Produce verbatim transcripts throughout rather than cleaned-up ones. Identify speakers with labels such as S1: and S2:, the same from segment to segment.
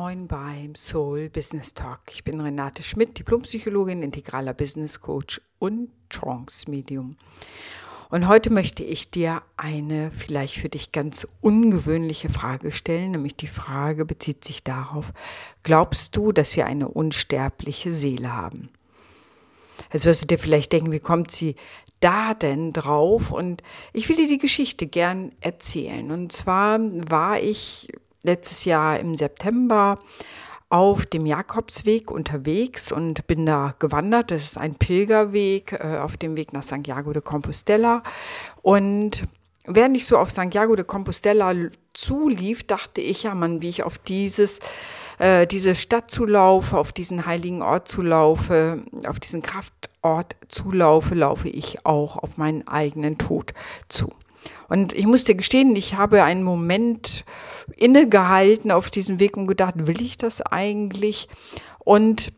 S1: moin beim Soul Business Talk. Ich bin Renate Schmidt, Diplompsychologin, integraler Business Coach und Trance-Medium. Und heute möchte ich dir eine vielleicht für dich ganz ungewöhnliche Frage stellen, nämlich die Frage bezieht sich darauf: Glaubst du, dass wir eine unsterbliche Seele haben? Jetzt wirst du dir vielleicht denken, wie kommt sie da denn drauf? Und ich will dir die Geschichte gern erzählen. Und zwar war ich letztes Jahr im September auf dem Jakobsweg unterwegs und bin da gewandert. Das ist ein Pilgerweg äh, auf dem Weg nach Santiago de Compostela. Und während ich so auf Santiago de Compostela zulief, dachte ich, ja Mann, wie ich auf dieses, äh, diese Stadt zulaufe, auf diesen heiligen Ort zulaufe, auf diesen Kraftort zulaufe, laufe ich auch auf meinen eigenen Tod zu. Und ich muss dir gestehen, ich habe einen Moment innegehalten auf diesem Weg und gedacht, will ich das eigentlich? Und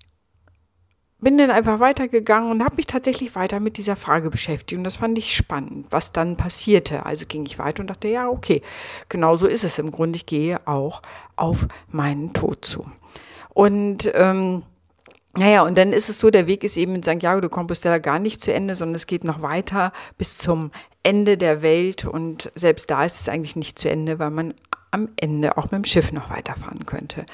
S1: bin dann einfach weitergegangen und habe mich tatsächlich weiter mit dieser Frage beschäftigt. Und das fand ich spannend, was dann passierte. Also ging ich weiter und dachte, ja, okay, genau so ist es im Grunde. Ich gehe auch auf meinen Tod zu. Und ähm, Naja, und dann ist es so, der Weg ist eben in Santiago de Compostela gar nicht zu Ende, sondern es geht noch weiter bis zum Ende der Welt. Und selbst da ist es eigentlich nicht zu Ende, weil man am Ende auch mit dem Schiff noch weiterfahren könnte.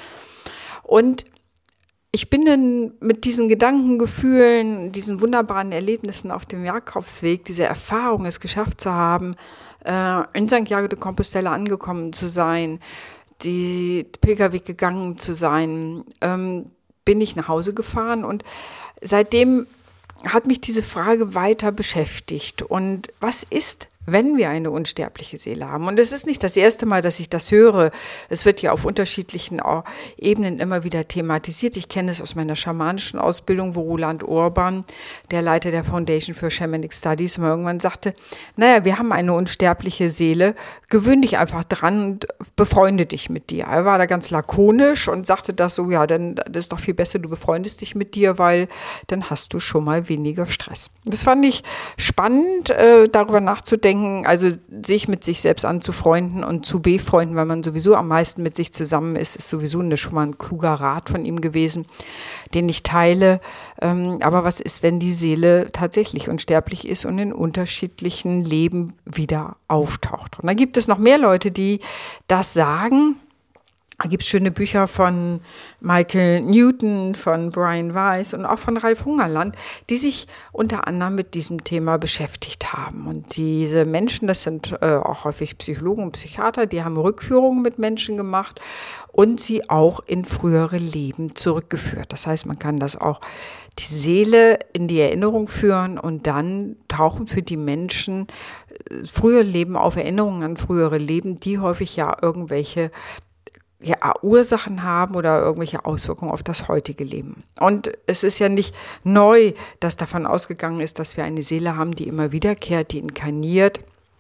S1: Und ich bin dann mit diesen Gedankengefühlen, diesen wunderbaren Erlebnissen auf dem Jakobsweg, diese Erfahrung, es geschafft zu haben, in Santiago de Compostela angekommen zu sein, die Pilgerweg gegangen zu sein, bin ich nach Hause gefahren und seitdem hat mich diese Frage weiter beschäftigt. Und was ist, wenn wir eine unsterbliche Seele haben? Und es ist nicht das erste Mal, dass ich das höre. Es wird ja auf unterschiedlichen Ebenen immer wieder thematisiert. Ich kenne es aus meiner schamanischen Ausbildung, wo Roland Urban, der Leiter der Foundation for Shamanic Studies, mal irgendwann sagte, naja, wir haben eine unsterbliche Seele, gewöhn dich einfach dran und befreunde dich mit dir. Er war da ganz lakonisch und sagte das so, ja, dann das ist doch viel besser, du befreundest dich mit dir, weil dann hast du schon mal weniger Stress. Das fand ich spannend, äh, darüber nachzudenken, also sich mit sich selbst anzufreunden und zu befreunden, weil man sowieso am meisten mit sich zusammen ist, ist sowieso eine, schon mal ein kluger Rat von ihm gewesen, den ich teile. Ähm, aber was ist, wenn die Seele tatsächlich unsterblich ist und in unterschiedlichen Leben wieder auftaucht? Und da gibt es noch mehr Leute, die das sagen. Da gibt es schöne Bücher von Michael Newton, von Brian Weiss und auch von Ralf Hungerland, die sich unter anderem mit diesem Thema beschäftigt haben. Und diese Menschen, das sind äh, auch häufig Psychologen und Psychiater, die haben Rückführungen mit Menschen gemacht und sie auch in frühere Leben zurückgeführt. Das heißt, man kann das auch die Seele in die Erinnerung führen und dann tauchen für die Menschen äh, frühere Leben auf, Erinnerungen an frühere Leben, die häufig ja irgendwelche ja, Ursachen haben oder irgendwelche Auswirkungen auf das heutige Leben. Und es ist ja nicht neu, dass davon ausgegangen ist, dass wir eine Seele haben, die immer wiederkehrt, die inkarniert.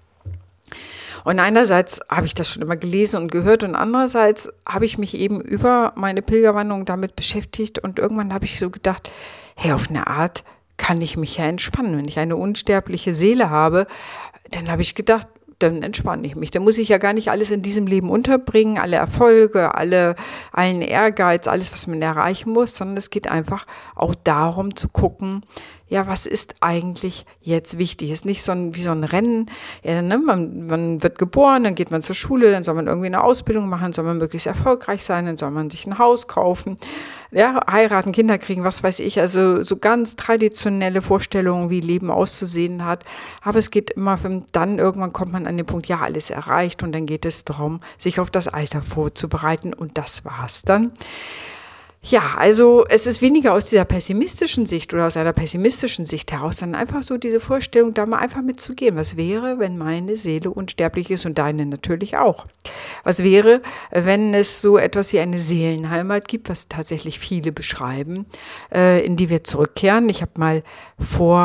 S1: Und einerseits habe ich das schon immer gelesen und gehört und andererseits habe ich mich eben über meine Pilgerwanderung damit beschäftigt und irgendwann habe ich so gedacht, hey, auf eine Art kann ich mich ja entspannen. Wenn ich eine unsterbliche Seele habe, dann habe ich gedacht, dann entspanne ich mich. Dann muss ich ja gar nicht alles in diesem Leben unterbringen, alle Erfolge, alle, allen Ehrgeiz, alles, was man erreichen muss, sondern es geht einfach auch darum zu gucken, ja, was ist eigentlich jetzt wichtig? Es ist nicht so ein, wie so ein Rennen. Ja, ne? man, man wird geboren, dann geht man zur Schule, dann soll man irgendwie eine Ausbildung machen, dann soll man möglichst erfolgreich sein, dann soll man sich ein Haus kaufen, ja, heiraten, Kinder kriegen, was weiß ich. Also so ganz traditionelle Vorstellungen, wie Leben auszusehen hat. Aber es geht immer, dann irgendwann kommt man an den Punkt, ja, alles erreicht und dann geht es darum, sich auf das Alter vorzubereiten und das war's dann. Ja, also es ist weniger aus dieser pessimistischen Sicht oder aus einer pessimistischen Sicht heraus, sondern einfach so diese Vorstellung, da mal einfach mitzugehen. Was wäre, wenn meine Seele unsterblich ist und deine natürlich auch? Was wäre, wenn es so etwas wie eine Seelenheimat gibt, was tatsächlich viele beschreiben, in die wir zurückkehren? Ich habe mal vor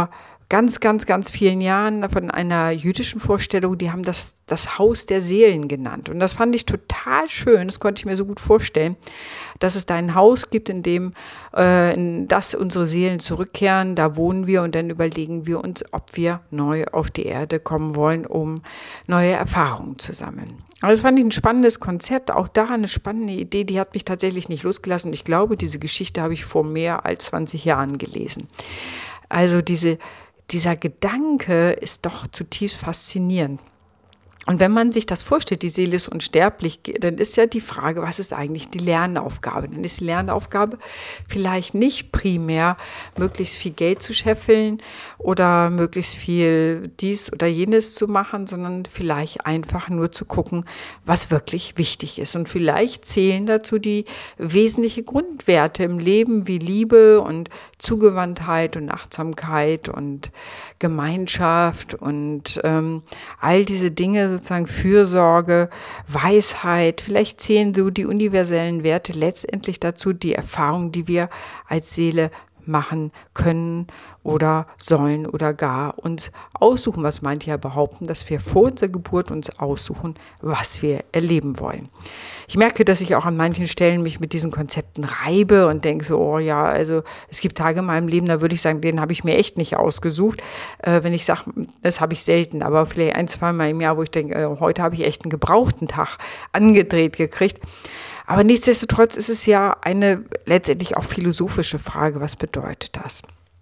S1: ganz, ganz, ganz vielen Jahren von einer jüdischen Vorstellung, die haben das das Haus der Seelen genannt. Und das fand ich total schön, das konnte ich mir so gut vorstellen, dass es da ein Haus gibt, in dem äh, in das unsere Seelen zurückkehren, da wohnen wir und dann überlegen wir uns, ob wir neu auf die Erde kommen wollen, um neue Erfahrungen zu sammeln. Aber das fand ich ein spannendes Konzept, auch da eine spannende Idee, die hat mich tatsächlich nicht losgelassen. Ich glaube, diese Geschichte habe ich vor mehr als zwanzig Jahren gelesen. Also diese, dieser Gedanke ist doch zutiefst faszinierend. Und wenn man sich das vorstellt, die Seele ist unsterblich, dann ist ja die Frage, was ist eigentlich die Lernaufgabe? Dann ist die Lernaufgabe vielleicht nicht primär, möglichst viel Geld zu scheffeln oder möglichst viel dies oder jenes zu machen, sondern vielleicht einfach nur zu gucken, was wirklich wichtig ist. Und vielleicht zählen dazu die wesentlichen Grundwerte im Leben wie Liebe und Zugewandtheit und Achtsamkeit und Gemeinschaft und ähm, all diese Dinge, sozusagen Fürsorge, Weisheit. Vielleicht zählen so die universellen Werte letztendlich dazu, die Erfahrung, die wir als Seele machen können oder sollen oder gar uns aussuchen, was manche ja behaupten, dass wir vor unserer Geburt uns aussuchen, was wir erleben wollen. Ich merke, dass ich auch an manchen Stellen mich mit diesen Konzepten reibe und denke so, oh ja, also es gibt Tage in meinem Leben, da würde ich sagen, den habe ich mir echt nicht ausgesucht. Äh, wenn ich sage, das habe ich selten, aber vielleicht ein, zwei Mal im Jahr, wo ich denke, äh, heute habe ich echt einen gebrauchten Tag angedreht gekriegt. Aber nichtsdestotrotz ist es ja eine letztendlich auch philosophische Frage, was bedeutet das?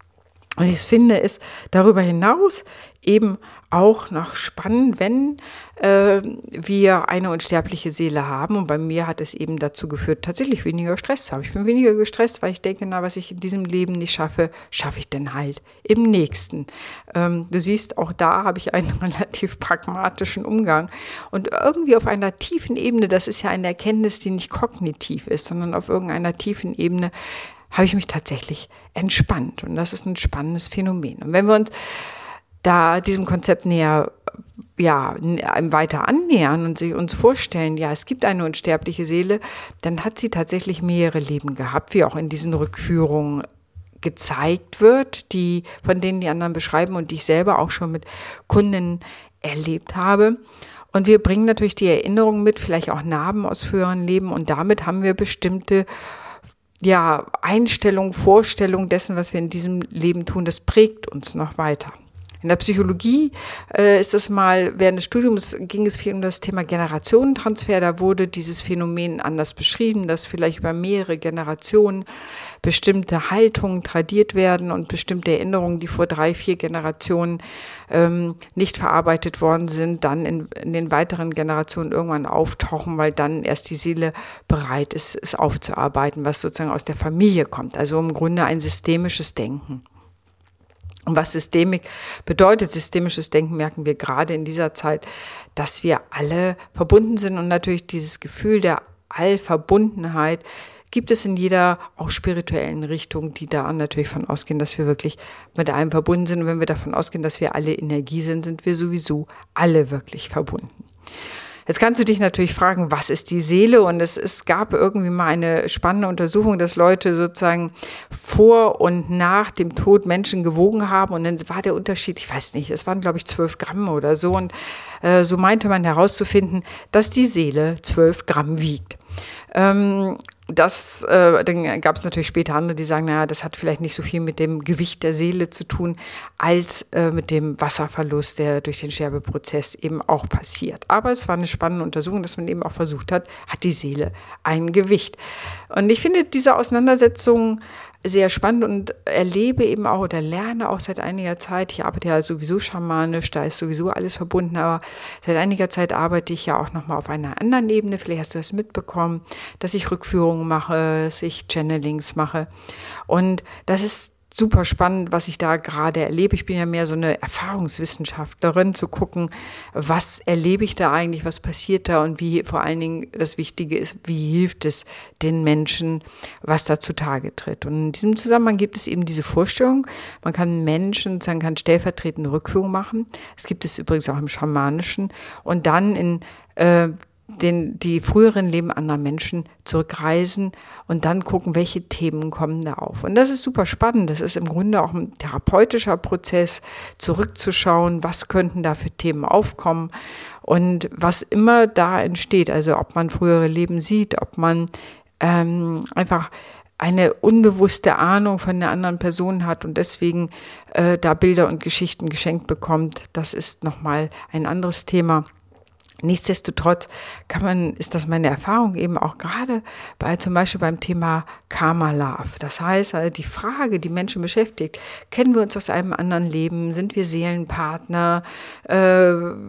S1: Und ich finde es darüber hinaus eben auch noch spannend, wenn äh, wir eine unsterbliche Seele haben. Und bei mir hat es eben dazu geführt, tatsächlich weniger Stress zu haben. Ich bin weniger gestresst, weil ich denke, na, was ich in diesem Leben nicht schaffe, schaffe ich denn halt im nächsten. Ähm, du siehst, auch da habe ich einen relativ pragmatischen Umgang. Und irgendwie auf einer tiefen Ebene, das ist ja eine Erkenntnis, die nicht kognitiv ist, sondern auf irgendeiner tiefen Ebene, habe ich mich tatsächlich entspannt. Und das ist ein spannendes Phänomen. Und wenn wir uns da diesem Konzept näher, ja, weiter annähern und sich uns vorstellen, ja, es gibt eine unsterbliche Seele, dann hat sie tatsächlich mehrere Leben gehabt, wie auch in diesen Rückführungen gezeigt wird, die, von denen die anderen beschreiben und die ich selber auch schon mit Kunden erlebt habe. Und wir bringen natürlich die Erinnerungen mit, vielleicht auch Narben aus früheren Leben, und damit haben wir bestimmte ja, Einstellung, Vorstellung dessen, was wir in diesem Leben tun, das prägt uns noch weiter. In der Psychologie äh, ist das mal, während des Studiums ging es viel um das Thema Generationentransfer. Da wurde dieses Phänomen anders beschrieben, dass vielleicht über mehrere Generationen bestimmte Haltungen tradiert werden und bestimmte Erinnerungen, die vor drei, vier Generationen ähm, nicht verarbeitet worden sind, dann in, in den weiteren Generationen irgendwann auftauchen, weil dann erst die Seele bereit ist, es aufzuarbeiten, was sozusagen aus der Familie kommt. Also im Grunde ein systemisches Denken. Und was Systemik bedeutet, systemisches Denken, merken wir gerade in dieser Zeit, dass wir alle verbunden sind, und natürlich dieses Gefühl der Allverbundenheit gibt es in jeder auch spirituellen Richtung, die da natürlich von ausgehen, dass wir wirklich mit allem verbunden sind. Und wenn wir davon ausgehen, dass wir alle Energie sind, sind wir sowieso alle wirklich verbunden. Jetzt kannst du dich natürlich fragen, was ist die Seele? Und es, es gab irgendwie mal eine spannende Untersuchung, dass Leute sozusagen vor und nach dem Tod Menschen gewogen haben. Und dann war der Unterschied, ich weiß nicht, es waren glaube ich zwölf Gramm oder so. Und äh, so meinte man herauszufinden, dass die Seele zwölf Gramm wiegt. Ähm, Das, äh, dann gab es natürlich später andere, die sagen, naja, das hat vielleicht nicht so viel mit dem Gewicht der Seele zu tun, als äh, mit dem Wasserverlust, der durch den Sterbeprozess eben auch passiert. Aber es war eine spannende Untersuchung, dass man eben auch versucht hat, hat die Seele ein Gewicht? Und ich finde diese Auseinandersetzung sehr spannend und erlebe eben auch oder lerne auch seit einiger Zeit, ich arbeite ja sowieso schamanisch, da ist sowieso alles verbunden, aber seit einiger Zeit arbeite ich ja auch nochmal auf einer anderen Ebene, vielleicht hast du das mitbekommen, dass ich Rückführungen mache, dass ich Channelings mache, und das ist super spannend, was ich da gerade erlebe. Ich bin ja mehr so eine Erfahrungswissenschaftlerin, zu gucken, was erlebe ich da eigentlich, was passiert da, und wie, vor allen Dingen das Wichtige ist, wie hilft es den Menschen, was da zutage tritt. Und in diesem Zusammenhang gibt es eben diese Vorstellung, man kann Menschen, sozusagen kann stellvertretende Rückführung machen. Es gibt es übrigens auch im Schamanischen, und dann in äh, den, die früheren Leben anderer Menschen zurückreisen und dann gucken, welche Themen kommen da auf. Und das ist super spannend. Das ist im Grunde auch ein therapeutischer Prozess, zurückzuschauen, was könnten da für Themen aufkommen und was immer da entsteht. Also ob man frühere Leben sieht, ob man ähm, einfach eine unbewusste Ahnung von einer anderen Person hat und deswegen äh, da Bilder und Geschichten geschenkt bekommt. Das ist nochmal ein anderes Thema. Nichtsdestotrotz kann man, ist das meine Erfahrung eben auch gerade bei zum Beispiel beim Thema Karma Love. Das heißt, also die Frage, die Menschen beschäftigt, kennen wir uns aus einem anderen Leben? Sind wir Seelenpartner? Äh,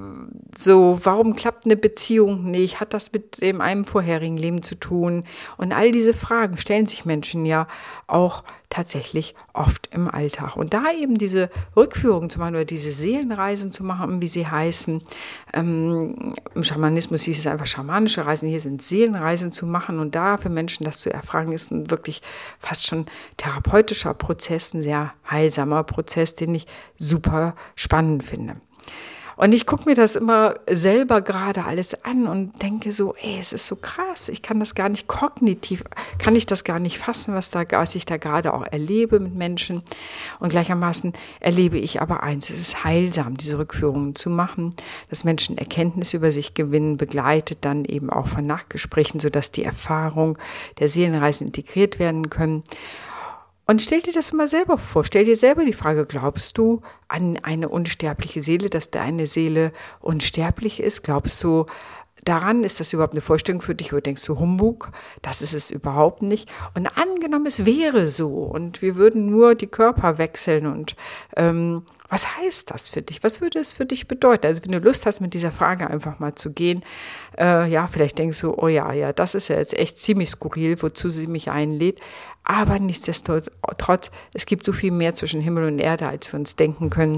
S1: so, warum klappt eine Beziehung nicht? Hat das mit dem einem vorherigen Leben zu tun? Und all diese Fragen stellen sich Menschen ja auch tatsächlich oft im Alltag. Und da eben diese Rückführung zu machen oder diese Seelenreisen zu machen, wie sie heißen, ähm, im Schamanismus hieß es einfach schamanische Reisen, hier sind Seelenreisen zu machen und da für Menschen das zu erfragen, ist ein wirklich fast schon therapeutischer Prozess, ein sehr heilsamer Prozess, den ich super spannend finde. Und ich gucke mir das immer selber gerade alles an und denke so, ey, es ist so krass, ich kann das gar nicht kognitiv, kann ich das gar nicht fassen, was, da, was ich da gerade auch erlebe mit Menschen. Und gleichermaßen erlebe ich aber eins, es ist heilsam, diese Rückführungen zu machen, dass Menschen Erkenntnis über sich gewinnen, begleitet dann eben auch von Nachgesprächen, sodass die Erfahrung der Seelenreisen integriert werden können. Und stell dir das mal selber vor, stell dir selber die Frage, glaubst du an eine unsterbliche Seele, dass deine Seele unsterblich ist? Glaubst du daran, ist das überhaupt eine Vorstellung für dich oder denkst du Humbug? Das ist es überhaupt nicht. Und angenommen, es wäre so und wir würden nur die Körper wechseln und ähm, was heißt das für dich? Was würde es für dich bedeuten? Also wenn du Lust hast, mit dieser Frage einfach mal zu gehen, äh, ja, vielleicht denkst du, oh ja, ja, das ist ja jetzt echt ziemlich skurril, wozu sie mich einlädt. Aber nichtsdestotrotz, es gibt so viel mehr zwischen Himmel und Erde, als wir uns denken können.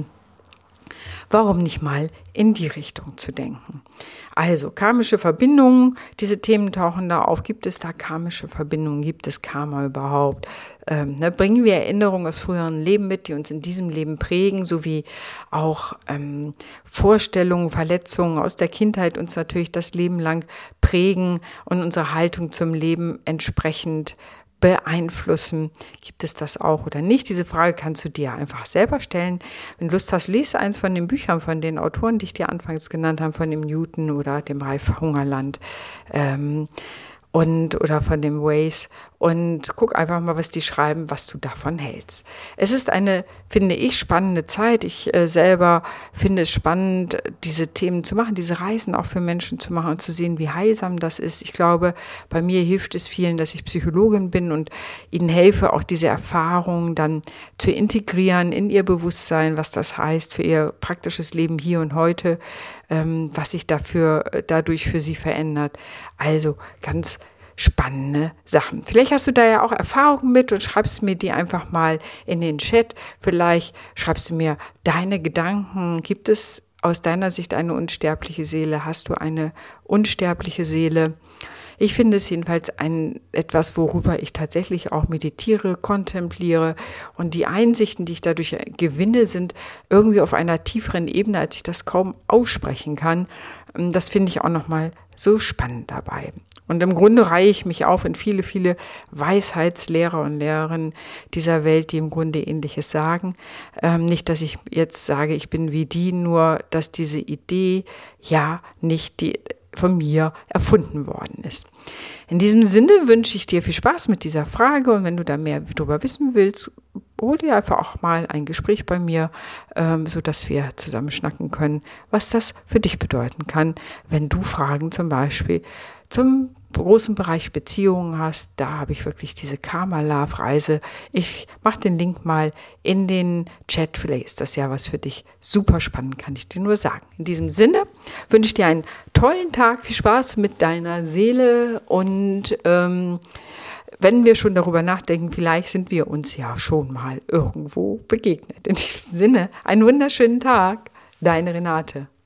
S1: Warum nicht mal in die Richtung zu denken? Also karmische Verbindungen, diese Themen tauchen da auf. Gibt es da karmische Verbindungen? Gibt es Karma überhaupt? Ähm, ne, bringen wir Erinnerungen aus früheren Leben mit, die uns in diesem Leben prägen, sowie auch ähm, Vorstellungen, Verletzungen aus der Kindheit uns natürlich das Leben lang prägen und unsere Haltung zum Leben entsprechend beeinflussen? Gibt es das auch oder nicht? Diese Frage kannst du dir einfach selber stellen. Wenn du Lust hast, lese eins von den Büchern von den Autoren, die ich dir anfangs genannt habe, von dem Newton oder dem Ralf Hungerland ähm, und oder von dem Waze und guck einfach mal, was die schreiben, was du davon hältst. Es ist eine, finde ich, spannende Zeit. Ich äh, selber finde es spannend, diese Themen zu machen, diese Reisen auch für Menschen zu machen und zu sehen, wie heilsam das ist. Ich glaube, bei mir hilft es vielen, dass ich Psychologin bin und ihnen helfe, auch diese Erfahrungen dann zu integrieren in ihr Bewusstsein, was das heißt für ihr praktisches Leben hier und heute, ähm, was sich dafür dadurch für sie verändert. Also ganz spannende Sachen. Vielleicht hast du da ja auch Erfahrungen mit und schreibst mir die einfach mal in den Chat. Vielleicht schreibst du mir deine Gedanken. Gibt es aus deiner Sicht eine unsterbliche Seele? Hast du eine unsterbliche Seele? Ich finde es jedenfalls ein, etwas, worüber ich tatsächlich auch meditiere, kontempliere und die Einsichten, die ich dadurch gewinne, sind irgendwie auf einer tieferen Ebene, als ich das kaum aussprechen kann. Das finde ich auch nochmal so spannend dabei. Und im Grunde reihe ich mich auf in viele, viele Weisheitslehrer und Lehrerinnen dieser Welt, die im Grunde Ähnliches sagen. Ähm, nicht, dass ich jetzt sage, ich bin wie die, nur dass diese Idee ja nicht die von mir erfunden worden ist. In diesem Sinne wünsche ich dir viel Spaß mit dieser Frage und wenn du da mehr darüber wissen willst, hol dir einfach auch mal ein Gespräch bei mir, ähm, sodass wir zusammen schnacken können, was das für dich bedeuten kann, wenn du Fragen zum Beispiel zum großen Bereich Beziehungen hast. Da habe ich wirklich diese Karma-Love-Reise. Ich mache den Link mal in den Chat. Vielleicht ist das ja was für dich. Super spannend, kann ich dir nur sagen. In diesem Sinne wünsche ich dir einen tollen Tag. Viel Spaß mit deiner Seele und ähm, wenn wir schon darüber nachdenken, vielleicht sind wir uns ja schon mal irgendwo begegnet. In diesem Sinne, einen wunderschönen Tag. Deine Renate.